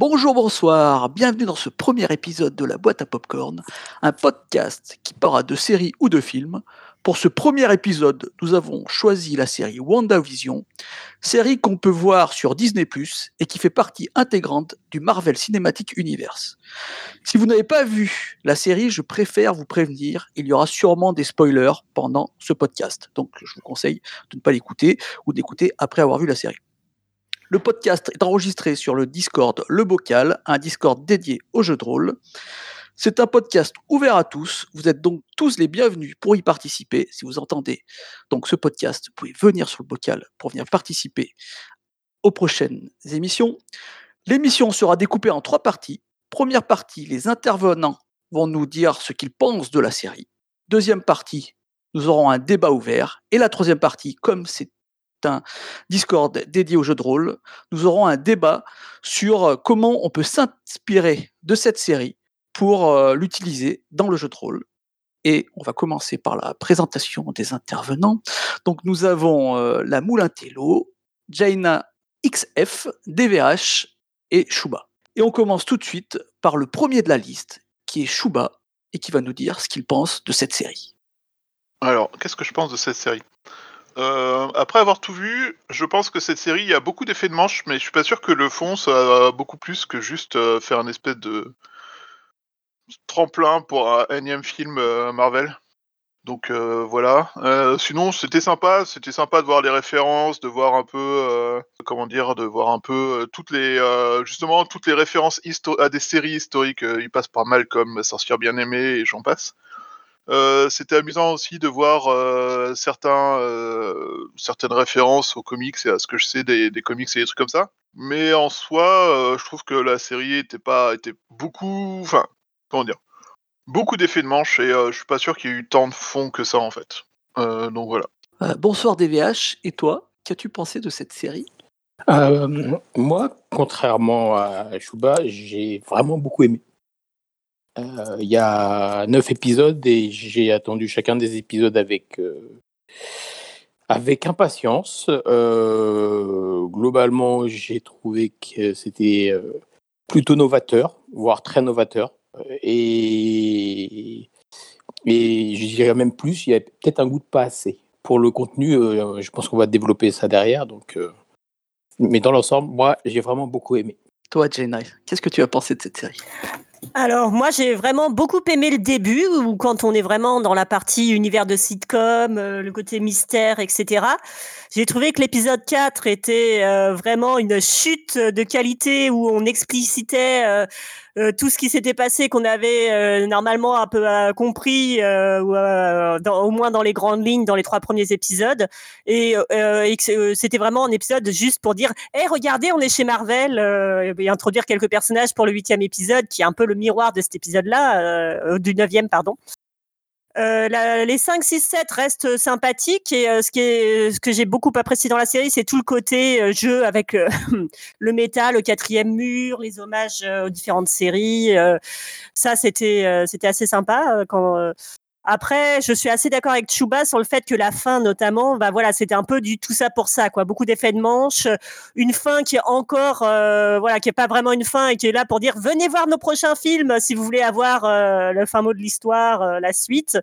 Bonjour, bonsoir, bienvenue dans ce premier épisode de la boîte à popcorn, un podcast qui parlera de séries ou de films. Pour ce premier épisode, nous avons choisi la série WandaVision, série qu'on peut voir sur Disney+, et qui fait partie intégrante du Marvel Cinematic Universe. Si vous n'avez pas vu la série, je préfère vous prévenir, il y aura sûrement des spoilers pendant ce podcast, donc je vous conseille de ne pas l'écouter ou d'écouter après avoir vu la série. Le podcast est enregistré sur le Discord Le Bocal, un Discord dédié aux jeux de rôle. C'est un podcast ouvert à tous. Vous êtes donc tous les bienvenus pour y participer. Si vous entendez donc ce podcast, vous pouvez venir sur le Bocal pour venir participer aux prochaines émissions. L'émission sera découpée en 3 parties. Première partie, les intervenants vont nous dire ce qu'ils pensent de la série. Deuxième partie, nous aurons un débat ouvert. Et la troisième partie, comme c'est un Discord dédié aux jeux de rôle, nous aurons un débat sur comment on peut s'inspirer de cette série pour l'utiliser dans le jeu de rôle. Et on va commencer par la présentation des intervenants. Donc nous avons la Moulintello, Jaina XF, DVH et Chouba. Et on commence tout de suite par le premier de la liste, qui est Chouba, et qui va nous dire ce qu'il pense de cette série. Alors, qu'est-ce que je pense de cette série ? Après avoir tout vu, je pense que cette série, il y a beaucoup d'effets de manche, mais je suis pas sûr que le fond, ça va beaucoup plus que juste faire un espèce de tremplin pour un énième film Marvel. Donc voilà. Sinon, c'était sympa de voir les références, de voir un peu, toutes les, justement, toutes les références à des séries historiques. Il passe par Malcolm, Sorcière bien aimée, et j'en passe. C'était amusant aussi de voir certaines références aux comics et à ce que je sais des comics et des trucs comme ça. Mais en soi, je trouve que la série était beaucoup d'effets de manche et je suis pas sûr qu'il y ait eu tant de fond que ça en fait. Donc voilà. Bonsoir DVH, et toi, qu'as-tu pensé de cette série ? Moi, contrairement à Chouba, j'ai vraiment beaucoup aimé. Il y a 9 épisodes et j'ai attendu chacun des épisodes avec impatience. Globalement, j'ai trouvé que c'était plutôt novateur, voire très novateur. Et je dirais même plus, il y a peut-être un goût de pas assez. Pour le contenu, je pense qu'on va développer ça derrière. Mais dans l'ensemble, moi, j'ai vraiment beaucoup aimé. Toi, Jaina, qu'est-ce que tu as pensé de cette série ? Alors moi j'ai vraiment beaucoup aimé le début où quand on est vraiment dans la partie univers de sitcom, le côté mystère, etc. J'ai trouvé que l'épisode 4 était vraiment une chute de qualité où on explicitait tout ce qui s'était passé qu'on avait normalement un peu compris au moins dans les grandes lignes dans les 3 premiers épisodes et que c'était vraiment un épisode juste pour dire hey, regardez, on est chez Marvel et introduire quelques personnages pour le 8e épisode qui est un peu le miroir de cet épisode-là, du 9e, pardon. Les 5, 6, 7 restent sympathiques et ce que j'ai beaucoup apprécié dans la série, c'est tout le côté jeu avec le méta, le 4e mur, les hommages aux différentes séries. Ça, c'était assez sympa. Après, je suis assez d'accord avec Chouba sur le fait que la fin, notamment, c'était un peu du tout ça pour ça, quoi. Beaucoup d'effets de manche, une fin qui est encore, qui est pas vraiment une fin et qui est là pour dire venez voir nos prochains films si vous voulez avoir le fin mot de l'histoire, la suite.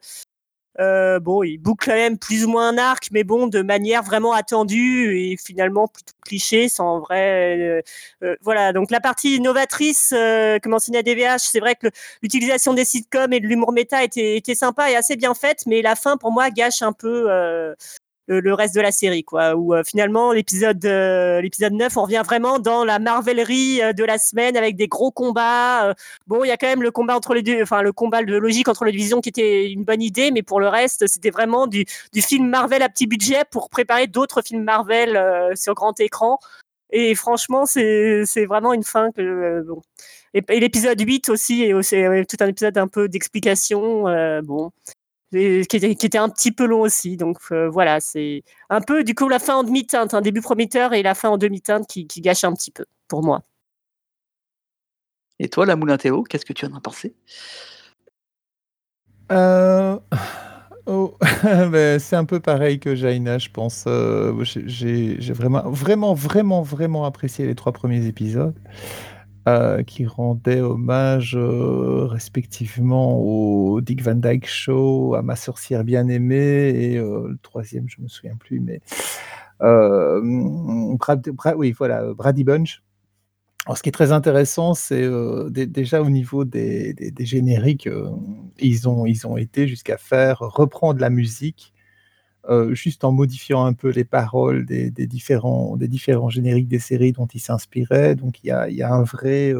Il boucle quand même plus ou moins un arc, mais bon, de manière vraiment attendue et finalement plutôt cliché, sans vrai. Voilà, donc la partie novatrice, comme enseignait DVH, c'est vrai que l'utilisation des sitcoms et de l'humour méta était sympa et assez bien faite, mais la fin, pour moi, gâche un peu le reste de la série, quoi. Où finalement, l'épisode 9, on revient vraiment dans la marvelerie de la semaine avec des gros combats. Il y a quand même le combat le combat de logique entre les divisions qui était une bonne idée, mais pour le reste, c'était vraiment du film Marvel à petit budget pour préparer d'autres films Marvel sur grand écran. Et franchement, c'est vraiment une fin que Et l'épisode 8 aussi, c'est tout un épisode un peu d'explication. Qui était un petit peu long aussi. Donc voilà, c'est un peu du coup la fin en demi-teinte, un début prometteur et la fin en demi-teinte qui gâche un petit peu pour moi. Et toi, la Moulintello, qu'est-ce que tu en as pensé ? C'est un peu pareil que Jaina, je pense. J'ai vraiment apprécié les 3 premiers épisodes. qui rendait hommage respectivement au Dick Van Dyke Show, à Ma sorcière bien-aimée et le troisième, je me souviens plus, mais oui, voilà, Brady Bunch. Alors, ce qui est très intéressant, c'est déjà au niveau des génériques, ils ont été jusqu'à faire reprendre la musique juste en modifiant un peu les paroles des différents génériques des séries dont ils s'inspiraient. Donc il y a un vrai,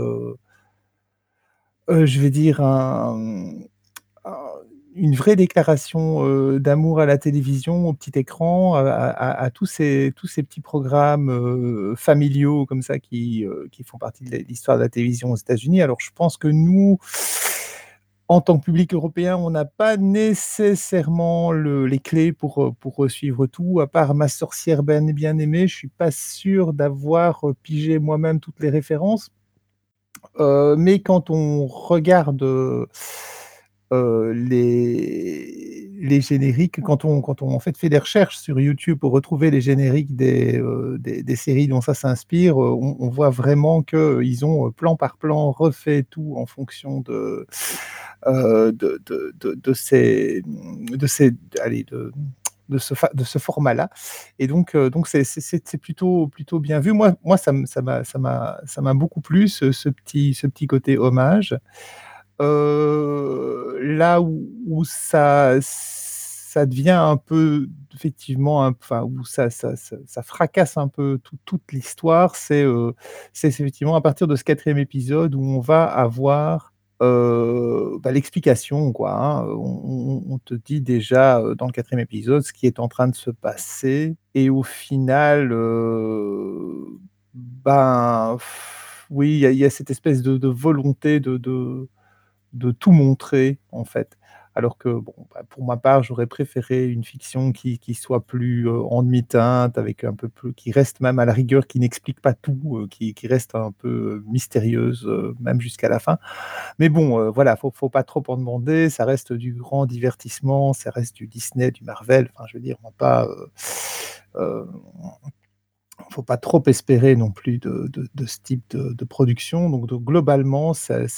je vais dire un une vraie déclaration, d'amour à la télévision, au petit écran, à tous ces petits programmes, familiaux comme ça qui font partie de l'histoire de la télévision aux États-Unis. Alors je pense que nous, en tant que public européen, on n'a pas nécessairement les clés pour suivre tout. À part Ma sorcière bien-aimée, je suis pas sûr d'avoir pigé moi-même toutes les références. Mais quand on regarde, les génériques, quand on en fait des recherches sur YouTube pour retrouver les génériques des séries dont ça s'inspire, on voit vraiment qu'ils ont, plan par plan, refait tout en fonction de ces allez, de ce format-là. Et donc c'est plutôt bien vu. Moi ça m'a beaucoup plu ce petit côté hommage. Là où ça devient un peu effectivement enfin où ça fracasse un peu toute l'histoire, c'est effectivement à partir de ce 4e épisode où on va avoir, l'explication quoi, hein. On te dit déjà, dans le 4e épisode ce qui est en train de se passer et au final, ben, oui, il y a cette espèce de volonté de tout montrer, en fait. Alors que bon, pour ma part, j'aurais préféré une fiction qui soit plus, en demi-teinte, avec un peu plus qui reste même à la rigueur, qui n'explique pas tout, qui reste un peu, mystérieuse, même jusqu'à la fin. Mais bon, voilà, faut pas trop en demander, ça reste du grand divertissement, ça reste du Disney, du Marvel, enfin je veux dire, on va pas, heu faut pas trop espérer non plus de ce type de production. Donc globalement,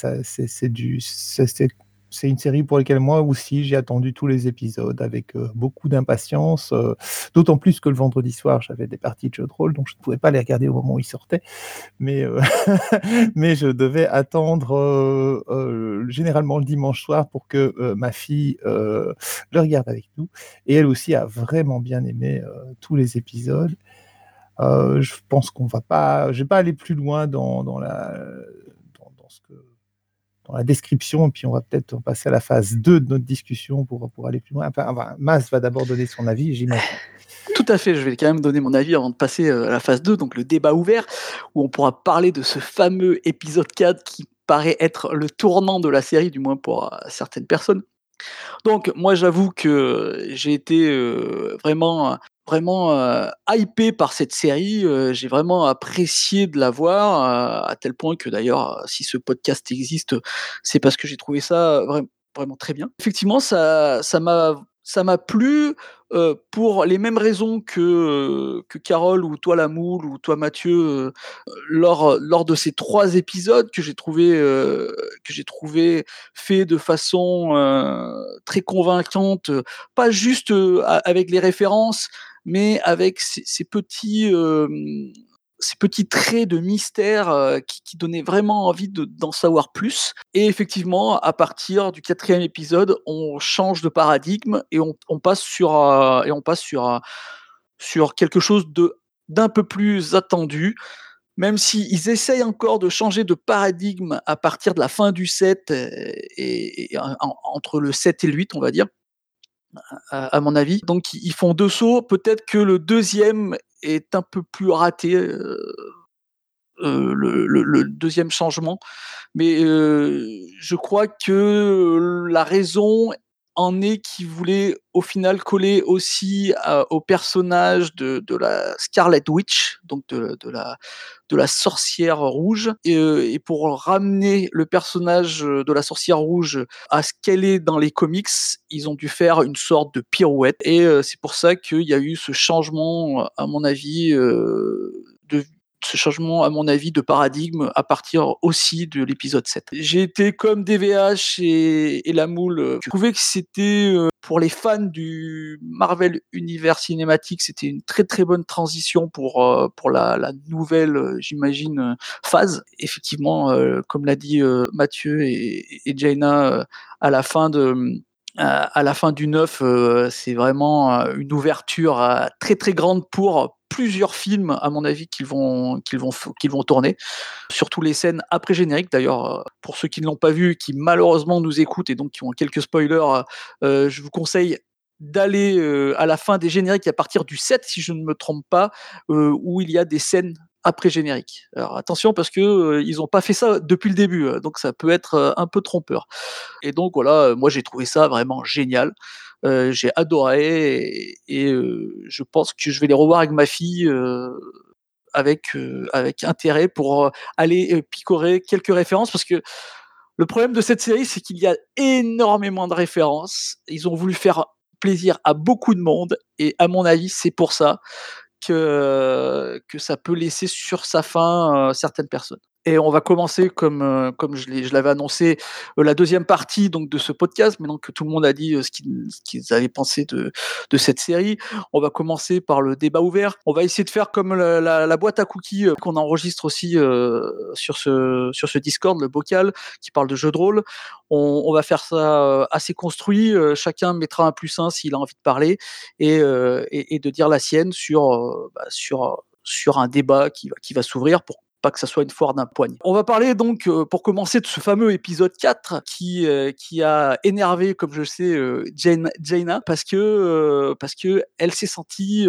c'est une série pour laquelle moi aussi j'ai attendu tous les épisodes avec, beaucoup d'impatience, d'autant plus que le vendredi soir, j'avais des parties de jeux de rôle, donc je ne pouvais pas les regarder au moment où ils sortaient. Mais, mais je devais attendre, généralement le dimanche soir pour que, ma fille, le regarde avec nous et elle aussi a vraiment bien aimé, tous les épisodes. Je pense qu'on va pas je vais pas aller plus loin dans ce que dans la description et puis on va peut-être passer à la phase 2 de notre discussion pour aller plus loin. Enfin, Mas va d'abord donner son avis, j'imagine. Tout à fait, je vais quand même donner mon avis avant de passer, à la phase 2, donc le débat ouvert, où on pourra parler de ce fameux épisode 4 qui paraît être le tournant de la série, du moins pour, certaines personnes. Donc moi j'avoue que j'ai été, vraiment, hypé par cette série, j'ai vraiment apprécié de la voir, à tel point que d'ailleurs, si ce podcast existe, c'est parce que j'ai trouvé ça vraiment très bien. Effectivement, ça m'a plu, pour les mêmes raisons que Carole ou toi la moule ou toi Mathieu, lors de ces 3 épisodes que j'ai trouvé fait de façon, très convaincante, pas juste, avec les références, mais avec ces petits traits de mystère, qui donnaient vraiment envie d'en savoir plus. Et effectivement, à partir du 4e épisode, on change de paradigme et on passe sur quelque chose d'un peu plus attendu, même s'ils essayent encore de changer de paradigme à partir de la fin du 7 et entre le 7 et le 8, on va dire, à mon avis. Donc ils font 2 sauts. Peut-être que le deuxième est un peu plus raté, le 2e changement. Mais je crois que la raison en est qu'ils voulaient au final coller aussi au personnage de la Scarlet Witch, donc de la sorcière rouge, et pour ramener le personnage de la sorcière rouge à ce qu'elle est dans les comics, ils ont dû faire une sorte de pirouette. Et c'est pour ça qu'il y a eu ce changement, à mon avis, ce changement, à mon avis, de paradigme à partir aussi de l'épisode 7. J'ai été comme DVH et la moule. Je trouvais que c'était, pour les fans du Marvel Univers Cinématique, c'était une très très bonne transition pour la nouvelle, j'imagine, phase. Effectivement, comme l'a dit Mathieu et Jaina, à la fin à la fin du 9, c'est vraiment une ouverture très très grande pour plusieurs films, à mon avis, qu'ils vont tourner. Surtout les scènes après générique. D'ailleurs, pour ceux qui ne l'ont pas vu, qui malheureusement nous écoutent et donc qui ont quelques spoilers, je vous conseille d'aller à la fin des génériques à partir du 7, si je ne me trompe pas, où il y a des scènes après générique. Alors attention parce que ils n'ont pas fait ça depuis le début, donc ça peut être un peu trompeur. Et donc voilà, moi j'ai trouvé ça vraiment génial. J'ai adoré et je pense que je vais les revoir avec ma fille, avec intérêt pour, aller, picorer quelques références parce que le problème de cette série, c'est qu'il y a énormément de références. Ils ont voulu faire plaisir à beaucoup de monde et à mon avis, c'est pour ça que ça peut laisser sur sa faim, certaines personnes. Et on va commencer comme je l'avais annoncé, la deuxième partie donc de ce podcast, maintenant que tout le monde a dit, ce qu'ils avaient pensé de cette série. On va commencer par le débat ouvert. On va essayer de faire comme la boîte à cookies, qu'on enregistre aussi, sur ce Discord, le bocal, qui parle de jeux de rôle. On va faire ça, assez construit, chacun mettra un +1 s'il a envie de parler et de dire la sienne sur un débat qui va s'ouvrir pour pas que ça soit une foire d'un poigne. On va parler donc, pour commencer, de ce fameux épisode 4 qui a énervé, comme je sais, Jaina parce que elle s'est sentie,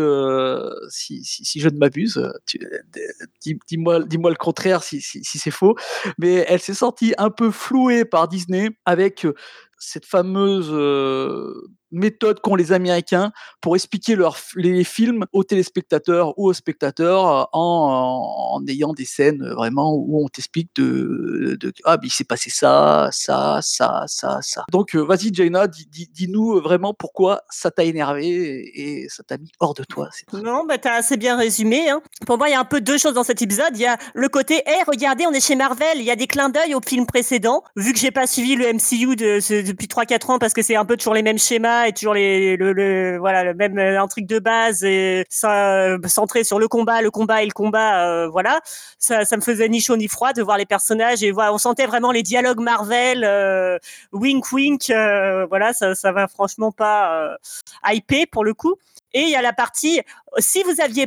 si je ne m'abuse, dis-moi le contraire si c'est faux, mais elle s'est sentie un peu flouée par Disney avec, cette fameuse, méthode qu'ont les Américains pour expliquer les films aux téléspectateurs ou aux spectateurs, en ayant des scènes, vraiment où on t'explique «Ah, mais il s'est passé ça, ça, ça, ça, ça». Donc, vas-y Jaina, dis-nous, vraiment pourquoi ça t'a énervé et ça t'a mis hors de toi? Non, bah, tu as assez bien résumé, hein. Pour moi, il y a un peu 2 choses dans cet épisode. Il y a le côté: «Hey, regardez, on est chez Marvel». Il y a des clins d'œil aux films précédents. Vu que j'ai pas suivi le MCU depuis 3-4 ans parce que c'est un peu toujours les mêmes schémas et toujours voilà, le même, un truc de base et ça, centré sur le combat et le combat, voilà. Ça me faisait ni chaud ni froid de voir les personnages et voilà, on sentait vraiment les dialogues Marvel, wink wink, voilà, ça m'a franchement pas, hypé pour le coup. Et il y a la partie, si vous aviez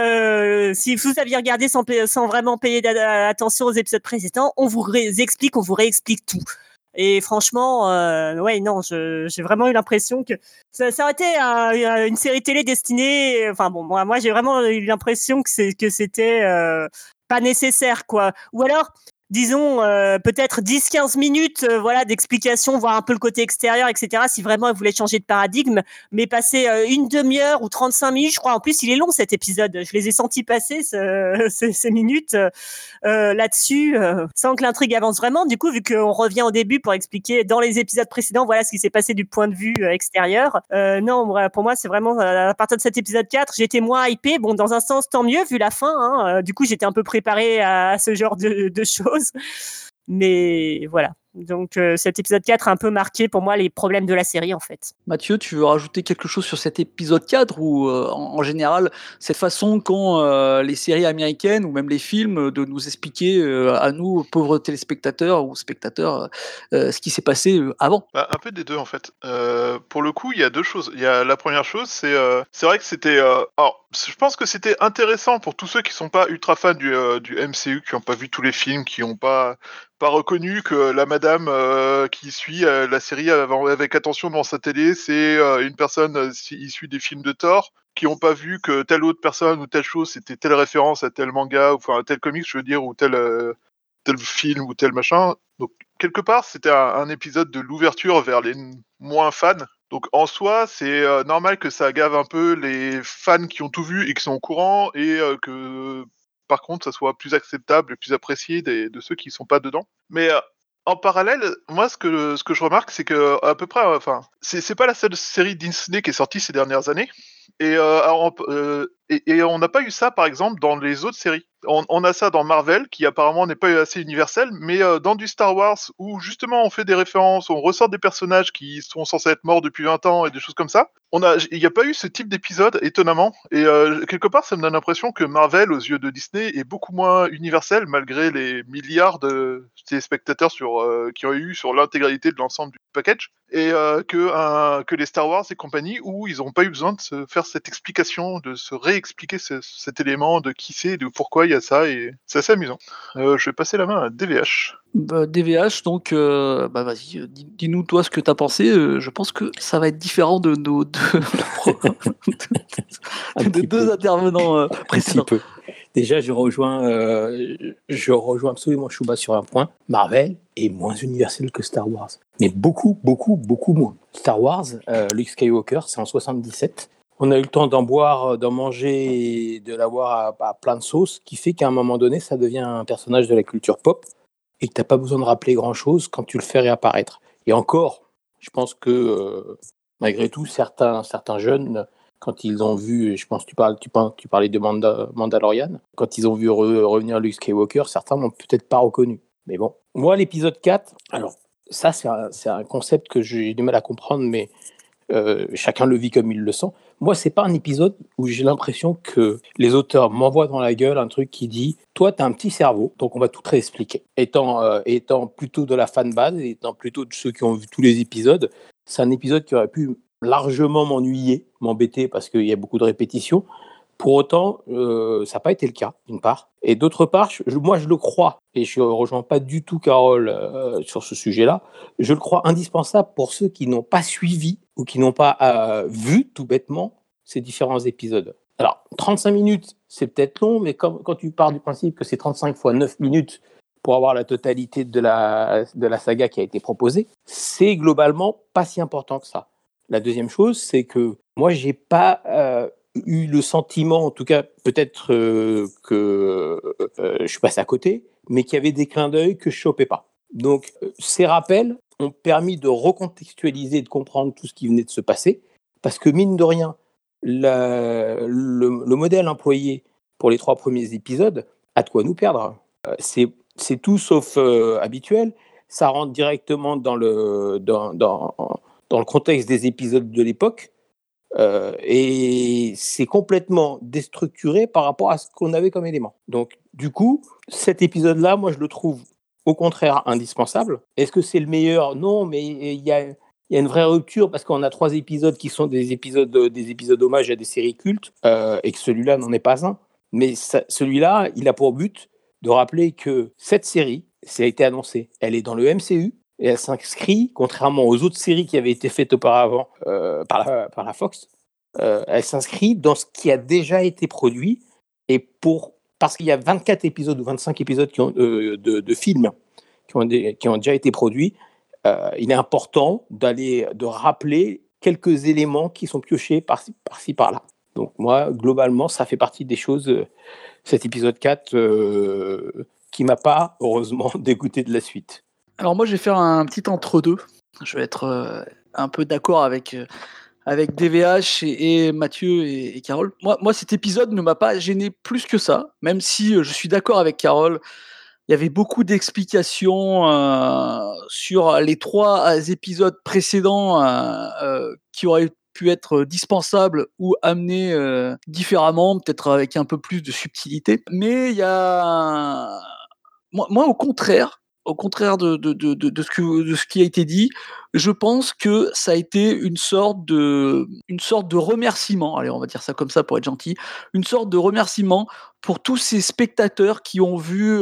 regardé sans vraiment payer attention aux épisodes précédents, on vous explique, on vous réexplique tout. Et franchement, ouais, non, j'ai vraiment eu l'impression que ça aurait été une série télé destinée. Enfin bon, moi j'ai vraiment eu l'impression que c'était pas nécessaire, quoi. Ou alors, disons, peut-être 10-15 minutes, voilà, d'explication, voir un peu le côté extérieur, etc. Si vraiment elle voulait changer de paradigme, mais passer une demi-heure ou 35 minutes, je crois. En plus, il est long cet épisode. Je les ai sentis passer ces minutes là-dessus, sans que l'intrigue avance vraiment. Du coup, vu qu'on revient au début pour expliquer dans les épisodes précédents, voilà ce qui s'est passé du point de vue extérieur. Non, pour moi, c'est vraiment à partir de cet épisode 4, j'étais moins hypée. Bon, dans un sens, tant mieux vu la fin. Hein. Du coup, j'étais un peu préparée à ce genre de choses. Mais voilà. Donc cet épisode 4 a un peu marqué pour moi les problèmes de la série en fait. Mathieu, tu veux rajouter quelque chose sur cet épisode 4 ou en général, cette façon qu'ont les séries américaines ou même les films de nous expliquer à nous, pauvres téléspectateurs ou spectateurs, ce qui s'est passé avant? Bah, un peu des deux en fait. Pour le coup, il y a deux choses. Il y a la première chose, c'est vrai que c'était. Alors, je pense que c'était intéressant pour tous ceux qui sont pas ultra fans du MCU, qui n'ont pas vu tous les films, qui n'ont pas reconnu que la madame qui suit la série avec attention devant sa télé, c'est une personne issue des films de Thor, qui n'ont pas vu que telle autre personne ou telle chose, c'était telle référence à tel manga, ou enfin à tel comics, je veux dire, ou tel film ou tel machin. Donc quelque part, c'était un épisode de l'ouverture vers les moins fans. Donc en soi, c'est normal que ça gave un peu les fans qui ont tout vu et qui sont au courant, et que par contre, ça soit plus acceptable et plus apprécié de ceux qui sont pas dedans. Mais en parallèle, moi, ce que je remarque, c'est que à peu près, enfin, c'est pas la seule série Disney qui est sortie ces dernières années. Et Et on n'a pas eu ça, par exemple, dans les autres séries. On a ça dans Marvel, qui apparemment n'est pas assez universel, mais dans du Star Wars, où justement on fait des références, on ressort des personnages qui sont censés être morts depuis 20 ans et des choses comme ça, il n'y a pas eu ce type d'épisode, étonnamment. Et quelque part, ça me donne l'impression que Marvel, aux yeux de Disney, est beaucoup moins universel, malgré les milliards de téléspectateurs qui ont eu sur l'intégralité de l'ensemble du package, et que les Star Wars et compagnie, où ils n'ont pas eu besoin de se faire cette explication, de se réexpliquer cet élément de qui c'est, de pourquoi il y a ça, et c'est assez amusant. Je vais passer la main à DVH. DVH, donc, vas-y, dis-nous toi ce que t'as pensé. Je pense que ça va être différent de nos deux intervenants précédents. Un petit peu. Déjà, je rejoins absolument Chouba sur un point. Marvel est moins universel que Star Wars, mais beaucoup moins. Star Wars, Luke Skywalker, c'est en 77. On a eu le temps d'en boire, d'en manger et de l'avoir à plein de sauces, qui fait qu'à un moment donné, ça devient un personnage de la culture pop et que tu n'as pas besoin de rappeler grand-chose quand tu le fais réapparaître. Et encore, je pense que malgré tout, certains jeunes, quand ils ont vu, je pense que tu parlais de Mandalorian, quand ils ont vu revenir Luke Skywalker, certains n'ont peut-être pas reconnu. Mais bon, moi, l'épisode 4, alors ça, c'est un concept que j'ai du mal à comprendre, mais chacun le vit comme il le sent. Moi, c'est pas un épisode où j'ai l'impression que les auteurs m'envoient dans la gueule un truc qui dit « Toi, t'as un petit cerveau, donc on va tout te réexpliquer. » Étant plutôt de la fanbase, étant plutôt de ceux qui ont vu tous les épisodes, c'est un épisode qui aurait pu largement m'embêter parce qu'il y a beaucoup de répétitions. Pour autant, ça n'a pas été le cas, d'une part. Et d'autre part, moi, je le crois, et je ne rejoins pas du tout Carole sur ce sujet-là, je le crois indispensable pour ceux qui n'ont pas suivi ou qui n'ont pas vu, tout bêtement, ces différents épisodes. Alors, 35 minutes, c'est peut-être long, mais quand tu pars du principe que c'est 35 fois 9 minutes pour avoir la totalité de la saga qui a été proposée, c'est globalement pas si important que ça. La deuxième chose, c'est que moi, j'ai pas eu le sentiment, en tout cas peut-être que je suis passé à côté, mais qu'il y avait des clins d'œil que je chopais pas. Donc ces rappels ont permis de recontextualiser et de comprendre tout ce qui venait de se passer, parce que mine de rien, le modèle employé pour les 3 premiers épisodes a de quoi nous perdre. C'est tout sauf habituel. Ça rentre directement dans le contexte des épisodes de l'époque. Et c'est complètement déstructuré par rapport à ce qu'on avait comme élément. Donc, du coup, cet épisode-là, moi, je le trouve au contraire indispensable. Est-ce que c'est le meilleur ? Non, mais il y a une vraie rupture parce qu'on a 3 épisodes qui sont des épisodes hommages à des séries cultes et que celui-là n'en est pas un. Mais celui-là, il a pour but de rappeler que cette série, ça a été annoncé, elle est dans le MCU. Et elle s'inscrit, contrairement aux autres séries qui avaient été faites auparavant par la Fox, elle s'inscrit dans ce qui a déjà été produit. Et parce qu'il y a 24 épisodes ou 25 épisodes de films qui ont déjà été produits, il est important de rappeler quelques éléments qui sont piochés par-ci, par-là. Donc moi, globalement, ça fait partie des choses, cet épisode 4, qui ne m'a pas, heureusement, dégoûté de la suite. Alors moi, je vais faire un petit entre-deux. Je vais être un peu d'accord avec DVH et Mathieu et Carole. Moi, cet épisode ne m'a pas gêné plus que ça, même si je suis d'accord avec Carole. Il y avait beaucoup d'explications sur les 3 épisodes précédents qui auraient pu être dispensables ou amenés différemment, peut-être avec un peu plus de subtilité. Mais il y a... Moi, au contraire de ce qui a été dit, je pense que ça a été une sorte de remerciement, allez, on va dire ça comme ça pour être gentil, une sorte de remerciement pour tous ces spectateurs qui ont vu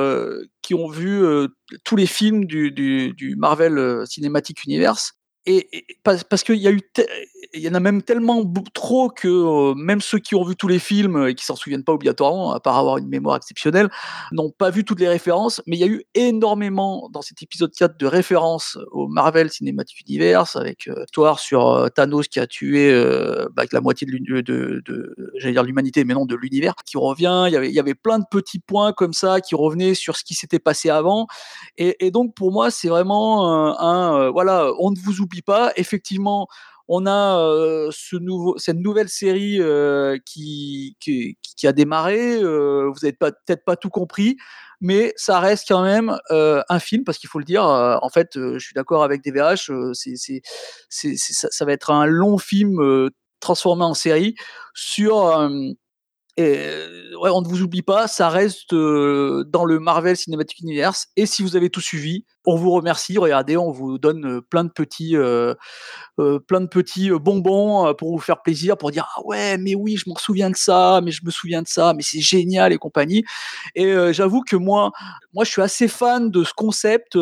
tous les films du Marvel Cinematic Universe. Et parce qu'il y a il y en a même tellement trop que même ceux qui ont vu tous les films et qui s'en souviennent pas obligatoirement, à part avoir une mémoire exceptionnelle, n'ont pas vu toutes les références, mais il y a eu énormément dans cet épisode 4 de références au Marvel Cinematic Universe, avec l'histoire sur Thanos qui a tué la moitié j'allais dire l'humanité, mais non, de l'univers, qui revient. Il y avait plein de petits points comme ça qui revenaient sur ce qui s'était passé avant. Et donc pour moi, c'est vraiment voilà, on ne vous oublie pas. Effectivement, on a cette nouvelle série qui a démarré. Vous n'avez peut-être pas tout compris, mais ça reste quand même un film, parce qu'il faut le dire. En fait, je suis d'accord avec DVH, ça va être un long film transformé en série sur et ouais, on ne vous oublie pas, ça reste dans le Marvel Cinematic Universe. Et si vous avez tout suivi, on vous remercie. Regardez, on vous donne plein de petits bonbons pour vous faire plaisir, pour dire ah ouais, mais oui, je m'en souviens de ça, mais je me souviens de ça, mais c'est génial et compagnie. Et j'avoue que moi, je suis assez fan de ce concept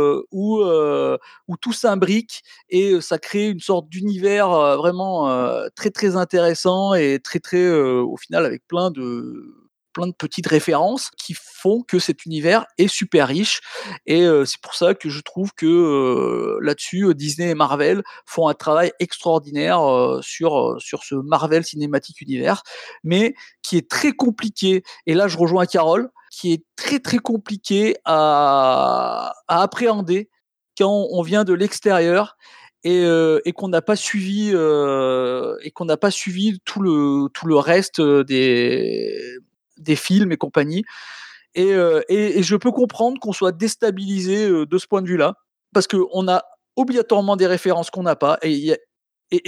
où tout s'imbrique et ça crée une sorte d'univers vraiment très très intéressant et très très au final avec plein de petites références qui font que cet univers est super riche. Et c'est pour ça que je trouve que là-dessus, Disney et Marvel font un travail extraordinaire sur ce Marvel Cinematic Universe, mais qui est très compliqué. Et là, je rejoins Carole, qui est très très compliqué à appréhender quand on vient de l'extérieur et qu'on n'a pas suivi tout le reste des films et compagnie. Et je peux comprendre qu'on soit déstabilisé de ce point de vue-là, parce qu'on a obligatoirement des références qu'on n'a pas, et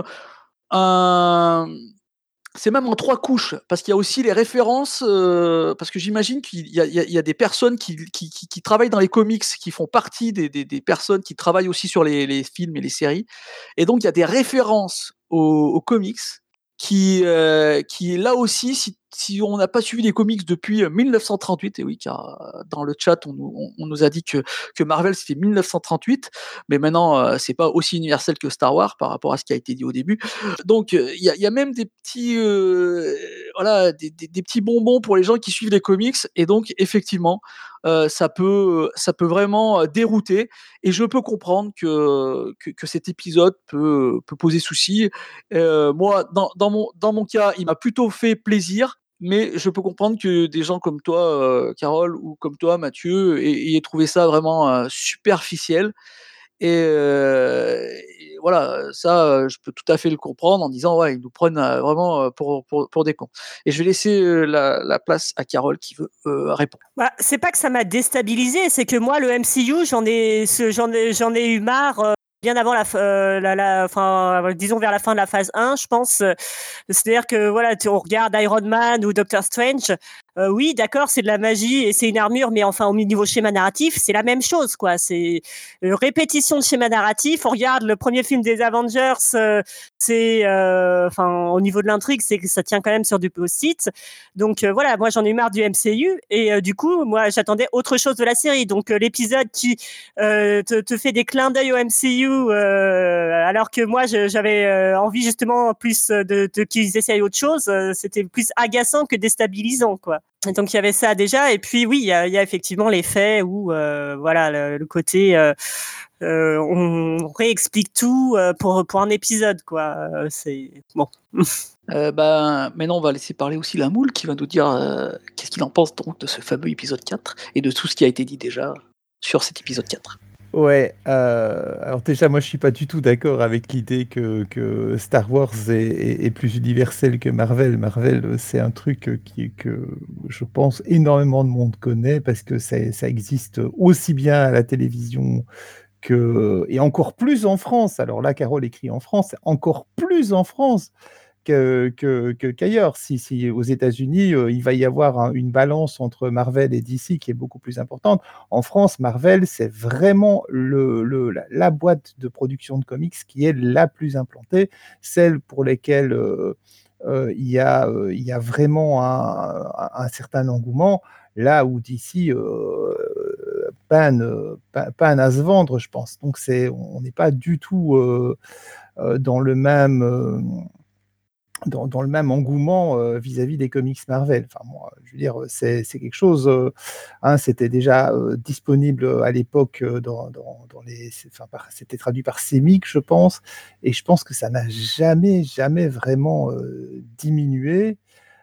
un, c'est même en trois couches, parce qu'il y a aussi les références, parce que j'imagine qu'il y a des personnes qui travaillent dans les comics, qui font partie des personnes qui travaillent aussi sur les films et les séries, et donc il y a des références aux comics qui là aussi, si on n'a pas suivi les comics depuis 1938, et oui, car dans le chat, on nous a dit que Marvel c'était 1938, mais maintenant c'est pas aussi universel que Star Wars par rapport à ce qui a été dit au début. Donc il y a même des petits, voilà, des petits bonbons pour les gens qui suivent les comics, et donc effectivement, ça peut vraiment dérouter, et je peux comprendre que cet épisode peut poser souci. Moi, dans mon cas, il m'a plutôt fait plaisir, mais je peux comprendre que des gens comme toi, Carole, ou comme toi, Mathieu, aient trouvé ça vraiment superficiel. Et voilà, ça, je peux tout à fait le comprendre en disant ouais, ils nous prennent vraiment pour des cons. Et je vais laisser la place à Carole qui veut répondre. Bah, c'est pas que ça m'a déstabilisé, c'est que moi, le MCU, j'en ai eu marre. Bien avant disons vers la fin de la phase 1, je pense. C'est-à-dire que voilà, on regarde Iron Man ou Doctor Strange. Oui, d'accord, c'est de la magie et c'est une armure, mais enfin au niveau schéma narratif, c'est la même chose, quoi. C'est répétition de schéma narratif. On regarde le premier film des Avengers, au niveau de l'intrigue, c'est que ça tient quand même sur du post-it. Donc voilà, moi j'en ai eu marre du MCU et du coup, moi j'attendais autre chose de la série. Donc l'épisode qui te fait des clins d'œil au MCU, alors que moi j'avais envie justement plus qu'ils essayent autre chose. C'était plus agaçant que déstabilisant, quoi. Et donc il y avait ça déjà, et puis oui, il y a effectivement les faits où voilà le côté on réexplique tout pour un épisode, quoi. C'est bon. Maintenant, on va laisser parler aussi la moule qui va nous dire qu'est-ce qu'il en pense donc de ce fameux épisode 4 et de tout ce qui a été dit déjà sur cet épisode 4. Ouais, alors déjà, moi je suis pas du tout d'accord avec l'idée que Star Wars est plus universel que Marvel. Marvel, c'est un truc que je pense énormément de monde connaît parce que ça existe aussi bien à la télévision et encore plus en France. Alors là, Carole écrit en France, encore plus en France qu'ailleurs. Si aux États-Unis, il va y avoir une balance entre Marvel et DC qui est beaucoup plus importante. En France, Marvel, c'est vraiment la boîte de production de comics qui est la plus implantée, celle pour laquelle il y a vraiment un certain engouement, là où DC peine à se vendre, je pense. Donc on n'est pas du tout dans le même dans le même engouement vis-à-vis des comics Marvel. Enfin, moi, je veux dire, c'est quelque chose. C'était déjà disponible à l'époque dans les. C'était traduit par Semic, je pense, et je pense que ça n'a jamais vraiment diminué.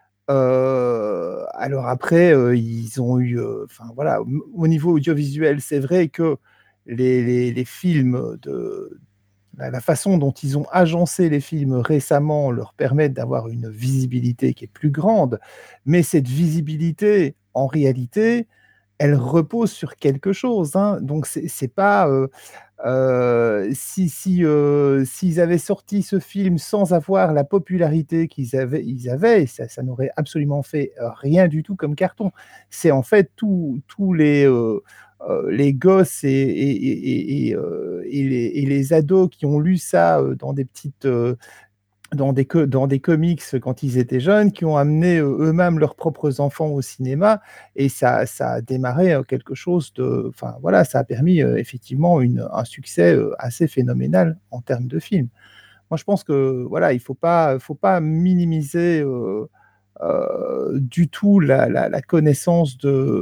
Alors après, ils ont eu. Voilà, au niveau audiovisuel, c'est vrai que les films la façon dont ils ont agencé les films récemment leur permet d'avoir une visibilité qui est plus grande, mais cette visibilité, en réalité, elle repose sur quelque chose, hein. Donc c'est pas s'ils avaient sorti ce film sans avoir la popularité ils avaient, ça n'aurait absolument fait rien du tout comme carton. C'est en fait tous les gosses et les ados qui ont lu ça dans des petites dans des comics quand ils étaient jeunes, qui ont amené eux-mêmes leurs propres enfants au cinéma, et ça a démarré quelque chose de, enfin voilà, ça a permis effectivement un succès assez phénoménal en termes de film. Moi, je pense que voilà, il faut pas minimiser du tout la connaissance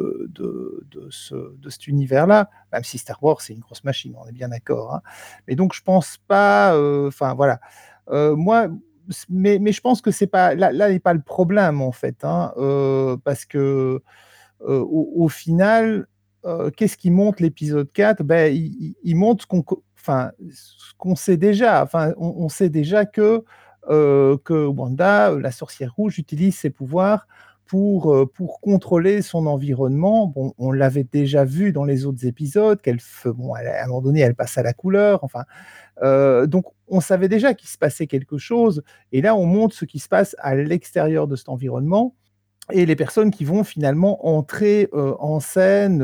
de cet univers-là, même si Star Wars c'est une grosse machine, on est bien d'accord, hein. Mais donc je pense pas, enfin voilà. Moi, mais je pense que c'est pas là n'est pas le problème en fait, hein, parce que au final, qu'est-ce qui montre l'épisode 4? Ben, il montre ce qu'on sait déjà. Enfin, on sait déjà que Wanda, la sorcière rouge, utilise ses pouvoirs pour contrôler son environnement. Bon, on l'avait déjà vu dans les autres épisodes, bon, à un moment donné, elle passe à la couleur. Enfin, donc on savait déjà qu'il se passait quelque chose, et là, on montre ce qui se passe à l'extérieur de cet environnement et les personnes qui vont finalement entrer en scène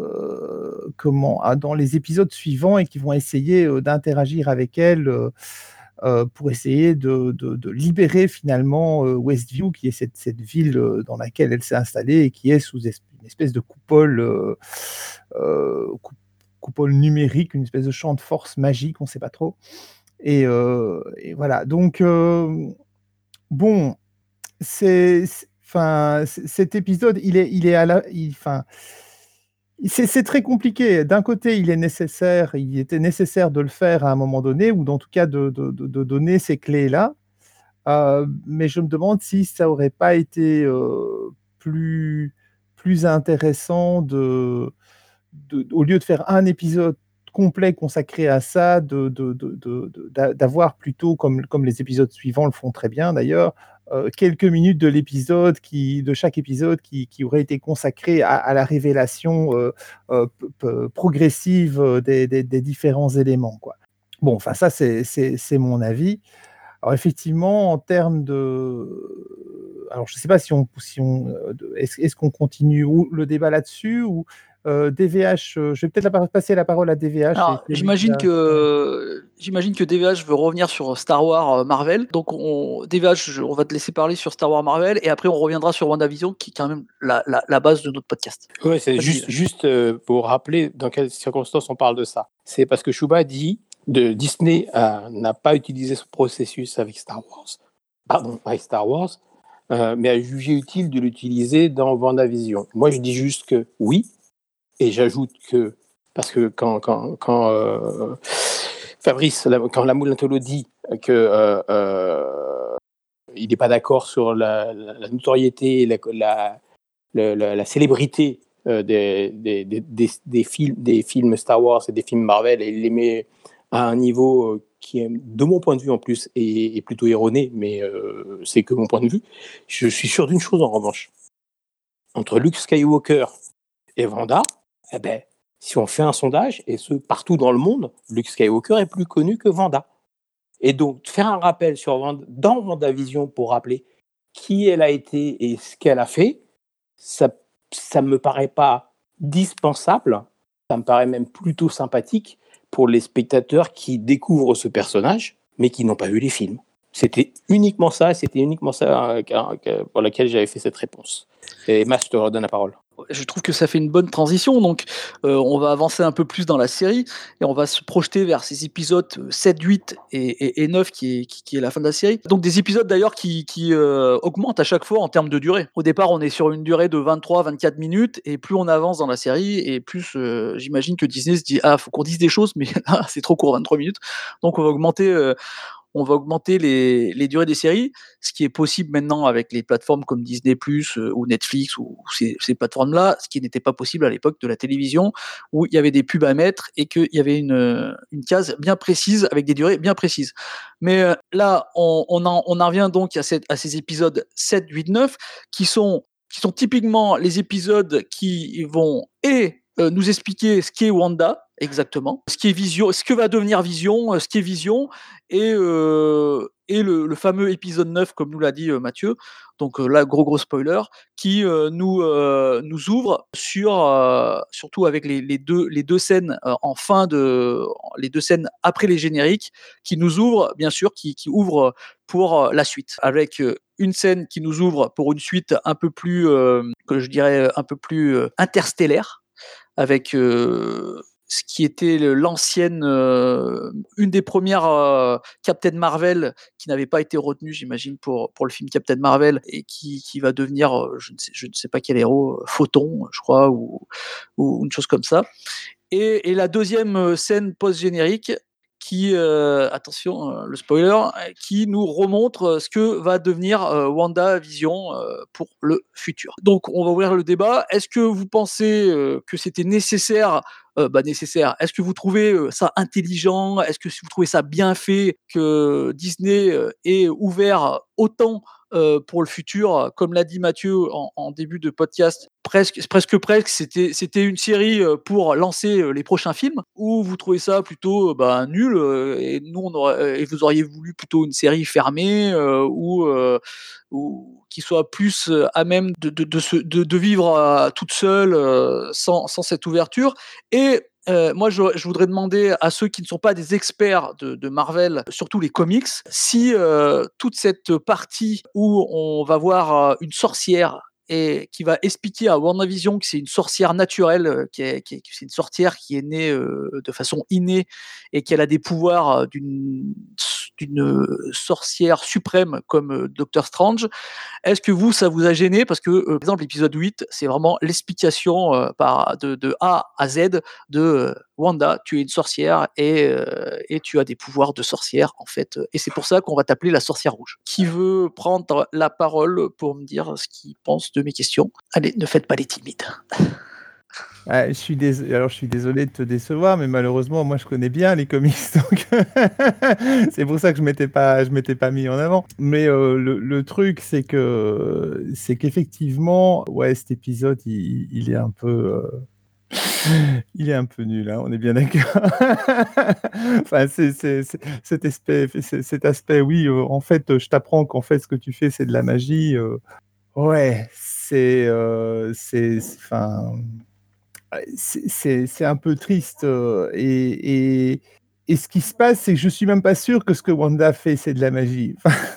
dans les épisodes suivants, et qui vont essayer d'interagir avec elle pour essayer de libérer finalement Westview, qui est cette ville dans laquelle elle s'est installée et qui est sous une espèce de coupole, coupole numérique, une espèce de champ de force magique, on ne sait pas trop. Et voilà. Donc, bon, cet épisode, il est c'est très compliqué. D'un côté, il était nécessaire de le faire à un moment donné, ou en tout cas de donner ces clés-là. Mais je me demande si ça aurait pas été plus intéressant au lieu de faire un épisode complet consacré à ça, d'avoir plutôt, comme les épisodes suivants le font très bien d'ailleurs, quelques minutes de chaque épisode qui aurait été consacré à la révélation progressive des différents éléments, quoi. Bon, enfin ça c'est mon avis. Alors effectivement, en termes alors je ne sais pas est-ce qu'on continue le débat là-dessus, ou DVH, je vais peut-être passer la parole à DVH. Alors, j'imagine que DVH veut revenir sur Star Wars Marvel. Donc, DVH, on va te laisser parler sur Star Wars Marvel, et après, on reviendra sur WandaVision, qui est quand même la base de notre podcast. Oui, c'est juste pour rappeler dans quelles circonstances on parle de ça. C'est parce que Chouba dit Disney n'a pas utilisé ce processus avec Star Wars, mais a jugé utile de l'utiliser dans WandaVision. Moi, je dis juste que oui, et j'ajoute que, parce que quand Fabrice, quand Lamoulintolo dit que il n'est pas d'accord sur la notoriété et la célébrité des films Star Wars et des films Marvel, et il les met à un niveau qui est, de mon point de vue en plus, est plutôt erroné, mais c'est que mon point de vue. Je suis sûr d'une chose en revanche. Entre Luke Skywalker et Wanda, eh ben, si on fait un sondage, et ce partout dans le monde, Luke Skywalker est plus connu que Wanda. Et donc, faire un rappel dans WandaVision pour rappeler qui elle a été et ce qu'elle a fait, ça me paraît pas dispensable, ça me paraît même plutôt sympathique pour les spectateurs qui découvrent ce personnage, mais qui n'ont pas vu les films. C'était uniquement ça pour laquelle j'avais fait cette réponse. Et Mas, je te redonne la parole. Je trouve que ça fait une bonne transition, donc on va avancer un peu plus dans la série, et on va se projeter vers ces épisodes 7, 8 et 9 qui est la fin de la série. Donc des épisodes d'ailleurs qui augmentent à chaque fois en termes de durée. Au départ, on est sur une durée de 23-24 minutes, et plus on avance dans la série, et plus j'imagine que Disney se dit « Ah, faut qu'on dise des choses, mais là, c'est trop court, 23 minutes. » Donc on va augmenter on va augmenter les durées des séries, ce qui est possible maintenant avec les plateformes comme Disney+, ou Netflix, ou ces plateformes-là, ce qui n'était pas possible à l'époque de la télévision, où il y avait des pubs à mettre et qu'il y avait une case bien précise, avec des durées bien précises. Mais là, on en revient donc à ces épisodes 7, 8, 9, qui sont typiquement les épisodes qui vont nous expliquer ce qu'est Wanda exactement, ce qui est Vision, ce que va devenir Vision, ce qui est Vision, et le fameux épisode 9, comme nous l'a dit Mathieu. Donc là, gros spoiler, qui nous ouvre surtout avec les deux scènes les deux scènes après les génériques, qui nous ouvrent, bien sûr, qui ouvrent pour la suite, avec une scène qui nous ouvre pour une suite un peu plus, que je dirais, un peu plus interstellaire, avec ce qui était l'ancienne, une des premières Captain Marvel, qui n'avait pas été retenue, j'imagine, pour le film Captain Marvel, et qui va devenir, je ne sais pas quel héros, Photon, je crois, ou une chose comme ça. Et la deuxième scène post-générique, qui, attention, le spoiler, qui nous remontre ce que va devenir WandaVision pour le futur. Donc on va ouvrir le débat. Est-ce que vous pensez que c'était nécessaire? Nécessaire. Est-ce que vous trouvez ça intelligent? Est-ce que vous trouvez ça bien fait que Disney ait ouvert autant pour le futur? Comme l'a dit Mathieu en début de podcast, presque, c'était une série pour lancer les prochains films, ou vous trouvez ça plutôt nul, et et vous auriez voulu plutôt une série fermée, ou qui soit plus à même de vivre toute seule, sans cette ouverture. Et moi, je voudrais demander à ceux qui ne sont pas des experts de Marvel, surtout les comics, si toute cette partie où on va voir une sorcière, et qui va expliquer à WandaVision que c'est une sorcière naturelle, c'est une sorcière qui est née de façon innée, et qu'elle a des pouvoirs d'une sorcière suprême comme Doctor Strange. Est-ce que ça vous a gêné? Parce que, par exemple, l'épisode 8, c'est vraiment l'explication de A à Z de Wanda, tu es une sorcière, et tu as des pouvoirs de sorcière, en fait. Et c'est pour ça qu'on va t'appeler la sorcière rouge. Qui veut prendre la parole pour me dire ce qu'il pense de mes questions? Allez, ne faites pas les timides. Je suis désolé de te décevoir, mais malheureusement, moi, je connais bien les comics, donc c'est pour ça que je m'étais pas mis en avant. Mais le truc, c'est qu'effectivement, ouais, cet épisode, il est un peu, il est un peu nul, hein, on est bien d'accord. Enfin, cet aspect, oui, en fait, je t'apprends qu'en fait, ce que tu fais, c'est de la magie. Ouais, enfin, c'est un peu triste, et ce qui se passe, c'est que je suis même pas sûr que ce que Wanda fait, c'est de la magie.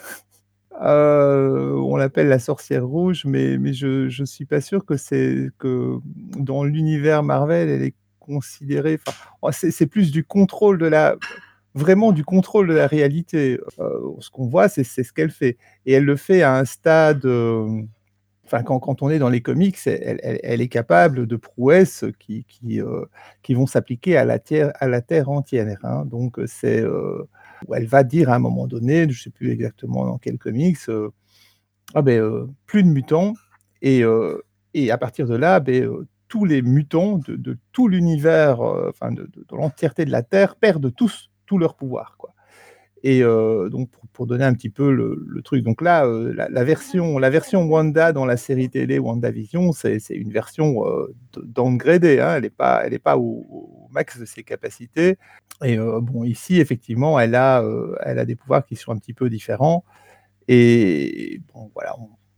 On l'appelle la sorcière rouge, mais je suis pas sûr que dans l'univers Marvel, elle est considérée, enfin, c'est plus du contrôle vraiment du contrôle de la réalité. Ce qu'on voit, c'est ce qu'elle fait, et elle le fait à un stade, enfin, quand on est dans les comics, elle est capable de prouesses qui vont s'appliquer à la terre entière, hein. Donc où elle va dire à un moment donné, je ne sais plus exactement dans quel comics, plus de mutants, et à partir de là, tous les mutants de tout l'univers, enfin de l'entièreté de la Terre perdent tous tout leur pouvoir, quoi. Et donc pour donner un petit peu le truc, donc là, la version Wanda dans la série télé WandaVision, c'est une version downgradée, hein. Elle est pas au max de ses capacités, et bon, ici, effectivement, elle a des pouvoirs qui sont un petit peu différents, et bon, voilà,